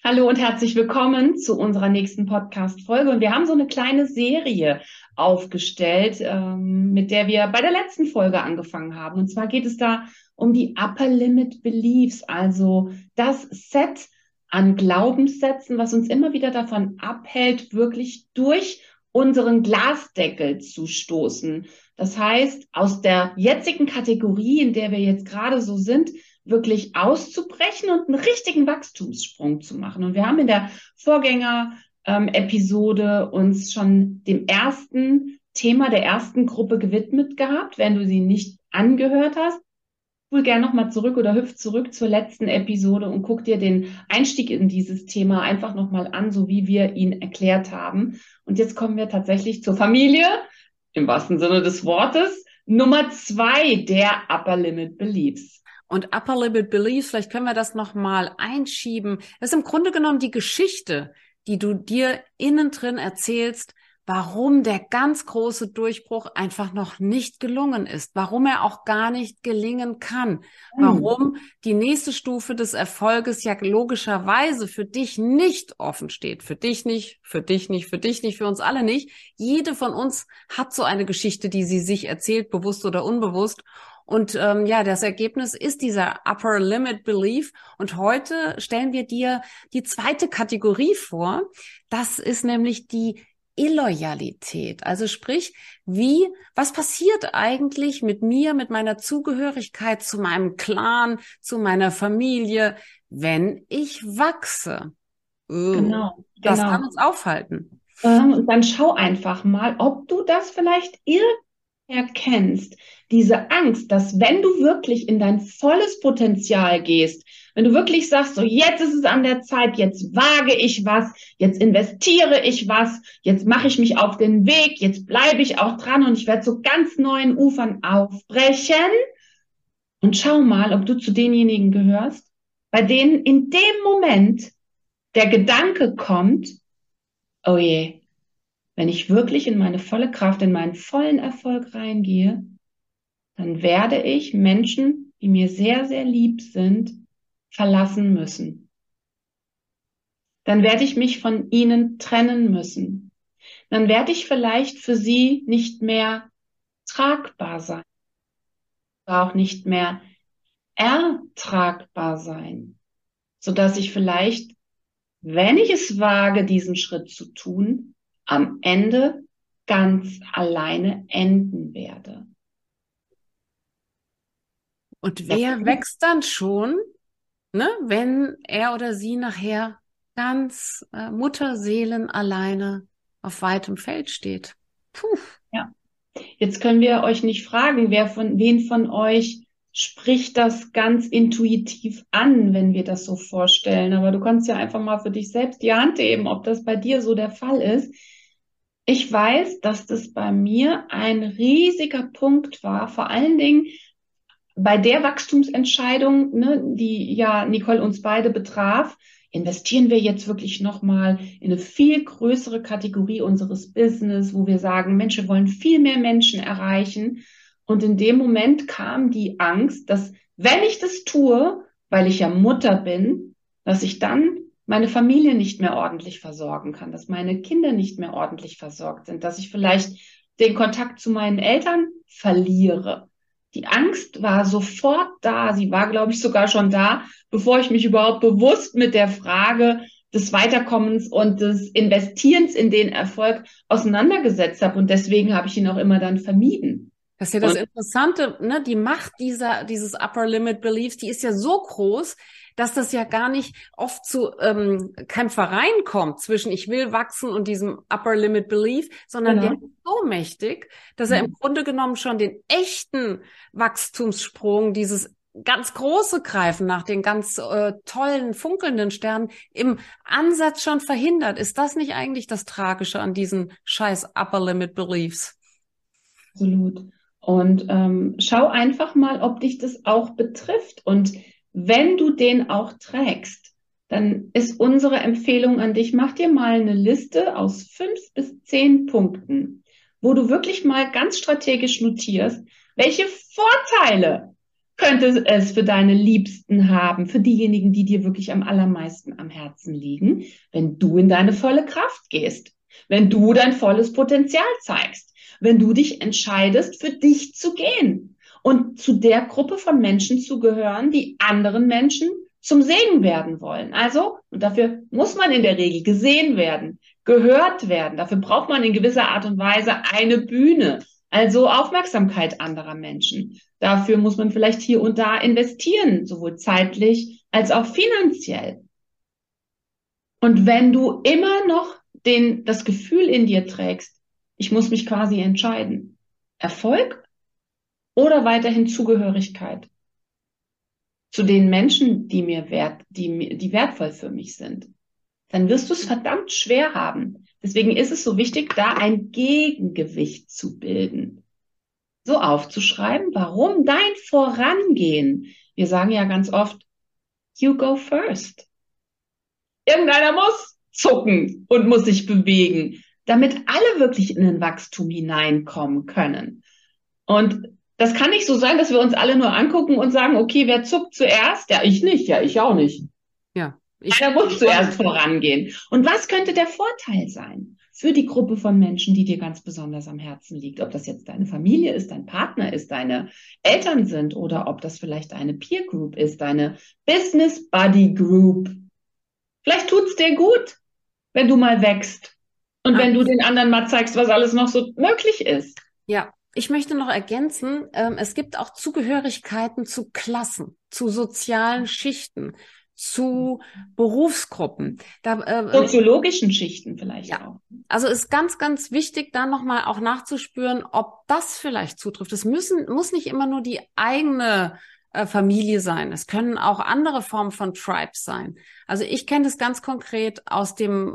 Hallo und herzlich willkommen zu unserer nächsten Podcast-Folge. Und wir haben so eine kleine Serie aufgestellt, mit der wir bei der letzten Folge angefangen haben. Und zwar geht es da um die Upper Limit Beliefs, also das Set an Glaubenssätzen, was uns immer wieder davon abhält, wirklich durch unseren Glasdeckel zu stoßen. Das heißt, aus der jetzigen Kategorie, in der wir jetzt gerade so sind, wirklich auszubrechen und einen richtigen Wachstumssprung zu machen. Und wir haben in der Vorgänger-Episode uns schon dem ersten Thema der ersten Gruppe gewidmet gehabt. Wenn du sie nicht angehört hast, spul gerne nochmal zurück oder hüpf zurück zur letzten Episode und guck dir den Einstieg in dieses Thema einfach nochmal an, so wie wir ihn erklärt haben. Und jetzt kommen wir tatsächlich zur Familie, im wahrsten Sinne des Wortes, Nummer 2 der Upper Limit Beliefs. Und Upper Limit Beliefs, vielleicht können wir das nochmal einschieben. Das ist im Grunde genommen die Geschichte, die du dir innen drin erzählst, warum der ganz große Durchbruch einfach noch nicht gelungen ist, warum er auch gar nicht gelingen kann, warum die nächste Stufe des Erfolges ja logischerweise für dich nicht offen steht. Für dich nicht, für dich nicht, für dich nicht, für uns alle nicht. Jede von uns hat so eine Geschichte, die sie sich erzählt, bewusst oder unbewusst. Und das Ergebnis ist dieser Upper Limit Belief. Und heute stellen wir dir die zweite Kategorie vor. Das ist nämlich die Illoyalität. Also sprich, was passiert eigentlich mit mir, mit meiner Zugehörigkeit zu meinem Clan, zu meiner Familie, wenn ich wachse? Genau, Das genau. kann uns aufhalten. Und dann schau einfach mal, ob du das vielleicht erkennst, diese Angst, dass wenn du wirklich in dein volles Potenzial gehst, wenn du wirklich sagst, so jetzt ist es an der Zeit, jetzt wage ich was, jetzt investiere ich was, jetzt mache ich mich auf den Weg, jetzt bleibe ich auch dran und ich werde zu ganz neuen Ufern aufbrechen. Und schau mal, ob du zu denjenigen gehörst, bei denen in dem Moment der Gedanke kommt, oh je, wenn ich wirklich in meine volle Kraft, in meinen vollen Erfolg reingehe, dann werde ich Menschen, die mir sehr, sehr lieb sind, verlassen müssen. Dann werde ich mich von ihnen trennen müssen. Dann werde ich vielleicht für sie nicht mehr tragbar sein, auch nicht mehr ertragbar sein, sodass ich vielleicht, wenn ich es wage, diesen Schritt zu tun, am Ende ganz alleine enden werde. Und wer wächst dann schon, ne, wenn er oder sie nachher ganz Mutterseelen alleine auf weitem Feld steht? Puh. Ja. Jetzt können wir euch nicht fragen, wen von euch spricht das ganz intuitiv an, wenn wir das so vorstellen. Aber du kannst ja einfach mal für dich selbst die Hand heben, ob das bei dir so der Fall ist. Ich weiß, dass das bei mir ein riesiger Punkt war, vor allen Dingen bei der Wachstumsentscheidung, ne, die ja Nicole uns beide betraf. Investieren wir jetzt wirklich nochmal in eine viel größere Kategorie unseres Business, wo wir sagen, Mensch, wir wollen viel mehr Menschen erreichen. Und in dem Moment kam die Angst, dass wenn ich das tue, weil ich ja Mutter bin, dass ich dann meine Familie nicht mehr ordentlich versorgen kann, dass meine Kinder nicht mehr ordentlich versorgt sind, dass ich vielleicht den Kontakt zu meinen Eltern verliere. Die Angst war sofort da. Sie war, glaube ich, sogar schon da, bevor ich mich überhaupt bewusst mit der Frage des Weiterkommens und des Investierens in den Erfolg auseinandergesetzt habe. Und deswegen habe ich ihn auch immer dann vermieden. Das ist ja das Interessante, ne? Die Macht dieses Upper Limit Beliefs, die ist ja so groß, dass das ja gar nicht oft zu Kämpfereien kommt zwischen ich will wachsen und diesem Upper Limit Belief, sondern der ist so mächtig, dass er im Grunde genommen schon den echten Wachstumssprung, dieses ganz große Greifen nach den ganz tollen, funkelnden Sternen im Ansatz schon verhindert. Ist das nicht eigentlich das Tragische an diesen scheiß Upper Limit Beliefs? Absolut. Und schau einfach mal, ob dich das auch betrifft. Und wenn du den auch trägst, dann ist unsere Empfehlung an dich, mach dir mal eine Liste aus 5 bis 10 Punkten, wo du wirklich mal ganz strategisch notierst, welche Vorteile könnte es für deine Liebsten haben, für diejenigen, die dir wirklich am allermeisten am Herzen liegen, wenn du in deine volle Kraft gehst, wenn du dein volles Potenzial zeigst, wenn du dich entscheidest, für dich zu gehen und zu der Gruppe von Menschen zu gehören, die anderen Menschen zum Segen werden wollen. Also, und dafür muss man in der Regel gesehen werden, gehört werden. Dafür braucht man in gewisser Art und Weise eine Bühne, also Aufmerksamkeit anderer Menschen. Dafür muss man vielleicht hier und da investieren, sowohl zeitlich als auch finanziell. Und wenn du immer noch das Gefühl in dir trägst, ich muss mich quasi entscheiden, Erfolg oder weiterhin Zugehörigkeit zu den Menschen, die wertvoll für mich sind, dann wirst du es verdammt schwer haben. Deswegen ist es so wichtig, da ein Gegengewicht zu bilden. So aufzuschreiben, warum dein Vorangehen. Wir sagen ja ganz oft, you go first. Irgendeiner muss zucken und muss sich bewegen, damit alle wirklich in ein Wachstum hineinkommen können. Und das kann nicht so sein, dass wir uns alle nur angucken und sagen, okay, wer zuckt zuerst? Ja, ich nicht, ja, ich auch nicht. Ja. Einer muss zuerst vorangehen. Und was könnte der Vorteil sein für die Gruppe von Menschen, die dir ganz besonders am Herzen liegt? Ob das jetzt deine Familie ist, dein Partner ist, deine Eltern sind oder ob das vielleicht eine Peer Group ist, deine Business Buddy Group. Vielleicht tut's dir gut, wenn du mal wächst und wenn du den anderen mal zeigst, was alles noch so möglich ist. Ja. Ich möchte noch ergänzen, es gibt auch Zugehörigkeiten zu Klassen, zu sozialen Schichten, zu Berufsgruppen. Soziologischen Schichten vielleicht auch. Also ist ganz, ganz wichtig, da nochmal auch nachzuspüren, ob das vielleicht zutrifft. Es muss nicht immer nur die eigene Familie sein. Es können auch andere Formen von Tribes sein. Also ich kenne das ganz konkret aus dem,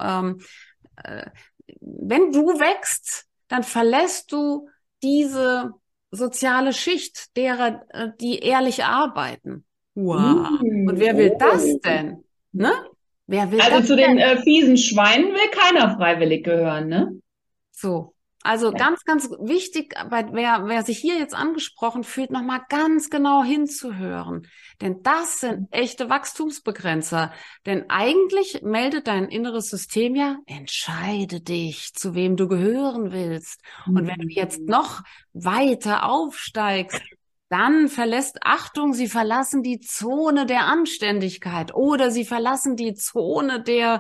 wenn du wächst, dann verlässt du diese soziale Schicht derer, die ehrlich arbeiten. Wow. Und wer will das denn? Ne? Wer will also das zu denn? den fiesen Schweinen will keiner freiwillig gehören, ne? So. Also ganz, ganz wichtig, wer sich hier jetzt angesprochen fühlt, nochmal ganz genau hinzuhören. Denn das sind echte Wachstumsbegrenzer. Denn eigentlich meldet dein inneres System ja, entscheide dich, zu wem du gehören willst. Und wenn du jetzt noch weiter aufsteigst, dann Achtung, sie verlassen die Zone der Anständigkeit oder sie verlassen die Zone der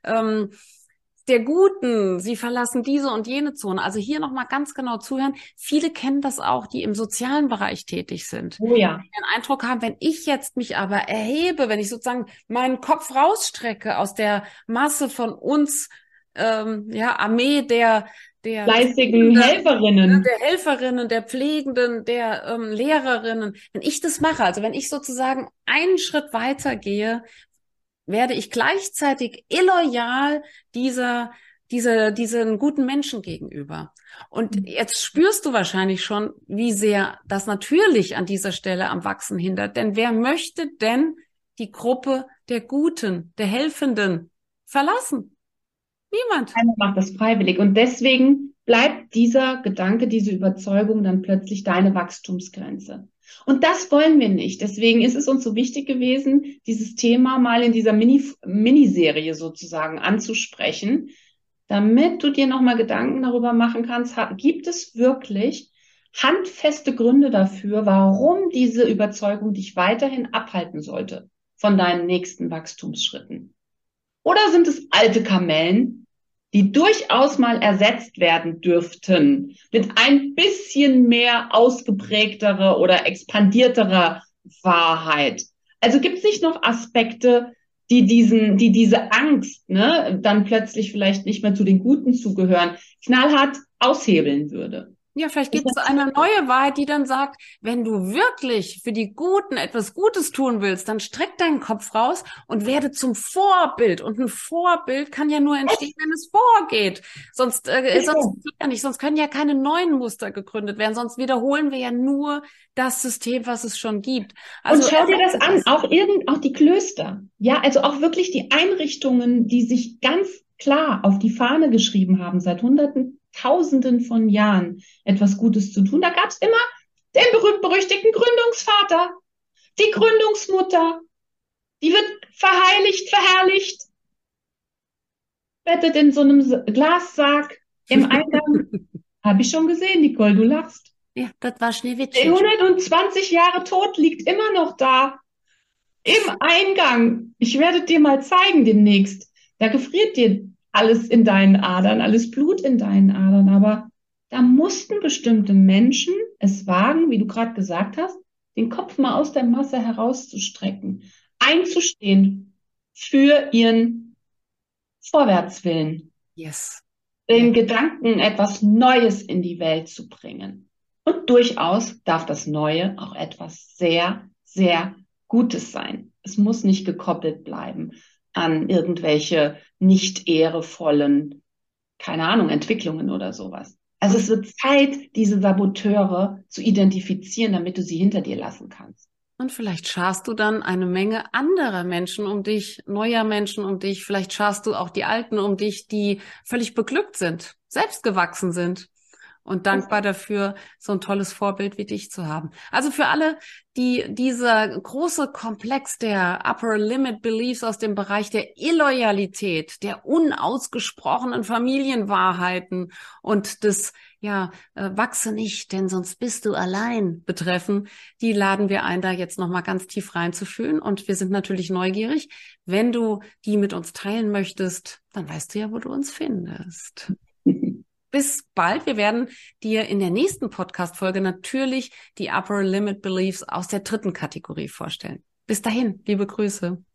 Guten, sie verlassen diese und jene Zone. Also hier nochmal ganz genau zuhören. Viele kennen das auch, die im sozialen Bereich tätig sind. Oh ja. Die den Eindruck haben, wenn ich jetzt mich aber erhebe, wenn ich sozusagen meinen Kopf rausstrecke aus der Masse von uns, Armee der fleißigen Helferinnen. Der Helferinnen, der Pflegenden, der Lehrerinnen. Wenn ich das mache, also wenn ich sozusagen einen Schritt weitergehe, werde ich gleichzeitig illoyal diesen guten Menschen gegenüber. Und jetzt spürst du wahrscheinlich schon, wie sehr das natürlich an dieser Stelle am Wachsen hindert. Denn wer möchte denn die Gruppe der Guten, der Helfenden verlassen? Niemand. Keiner macht das freiwillig. Und deswegen bleibt dieser Gedanke, diese Überzeugung dann plötzlich deine Wachstumsgrenze. Und das wollen wir nicht. Deswegen ist es uns so wichtig gewesen, dieses Thema mal in dieser Miniserie sozusagen anzusprechen, damit du dir nochmal Gedanken darüber machen kannst, gibt es wirklich handfeste Gründe dafür, warum diese Überzeugung dich weiterhin abhalten sollte von deinen nächsten Wachstumsschritten? Oder sind es alte Kamellen, die durchaus mal ersetzt werden dürften mit ein bisschen mehr ausgeprägterer oder expandierterer Wahrheit? Also gibt es nicht noch Aspekte, die diese Angst, ne, dann plötzlich vielleicht nicht mehr zu den Guten zugehören, knallhart aushebeln würde? Ja, vielleicht gibt es eine neue Wahrheit, die dann sagt, wenn du wirklich für die Guten etwas Gutes tun willst, dann streck deinen Kopf raus und werde zum Vorbild. Und ein Vorbild kann ja nur entstehen, wenn es vorgeht. Sonst können ja keine neuen Muster gegründet werden. Sonst wiederholen wir ja nur das System, was es schon gibt. Also und schau dir das an, auch die Klöster. Ja, also auch wirklich die Einrichtungen, die sich ganz klar auf die Fahne geschrieben haben, seit Tausenden von Jahren etwas Gutes zu tun. Da gab es immer den berühmt-berüchtigten Gründungsvater. Die Gründungsmutter, die wird verheiligt, verherrlicht, bettet in so einem Glassarg im Eingang. Habe ich schon gesehen, Nicole, du lachst. Ja, das war Schneewittchen. 120 Jahre tot, liegt immer noch da. Im Eingang. Ich werde dir mal zeigen demnächst. Da gefriert dir alles in deinen Adern, alles Blut in deinen Adern. Aber da mussten bestimmte Menschen es wagen, wie du gerade gesagt hast, den Kopf mal aus der Masse herauszustrecken, einzustehen für ihren Vorwärtswillen, Yes. den Gedanken, etwas Neues in die Welt zu bringen. Und durchaus darf das Neue auch etwas sehr, sehr Gutes sein. Es muss nicht gekoppelt bleiben an irgendwelche nicht ehrevollen, keine Ahnung, Entwicklungen oder sowas. Also es wird Zeit, diese Saboteure zu identifizieren, damit du sie hinter dir lassen kannst. Und vielleicht scharst du dann eine Menge anderer Menschen um dich, neuer Menschen um dich. Vielleicht scharst du auch die Alten um dich, die völlig beglückt sind, selbst gewachsen sind und dankbar dafür, so ein tolles Vorbild wie dich zu haben. Also für alle, die dieser große Komplex der Upper Limit Beliefs aus dem Bereich der Illoyalität, der unausgesprochenen Familienwahrheiten und des wachse nicht, denn sonst bist du allein betreffen, die laden wir ein, da jetzt nochmal ganz tief reinzufühlen. Und wir sind natürlich neugierig. Wenn du die mit uns teilen möchtest, dann weißt du ja, wo du uns findest. Bis bald. Wir werden dir in der nächsten Podcast-Folge natürlich die Upper Limit Beliefs aus der 3. Kategorie vorstellen. Bis dahin, liebe Grüße.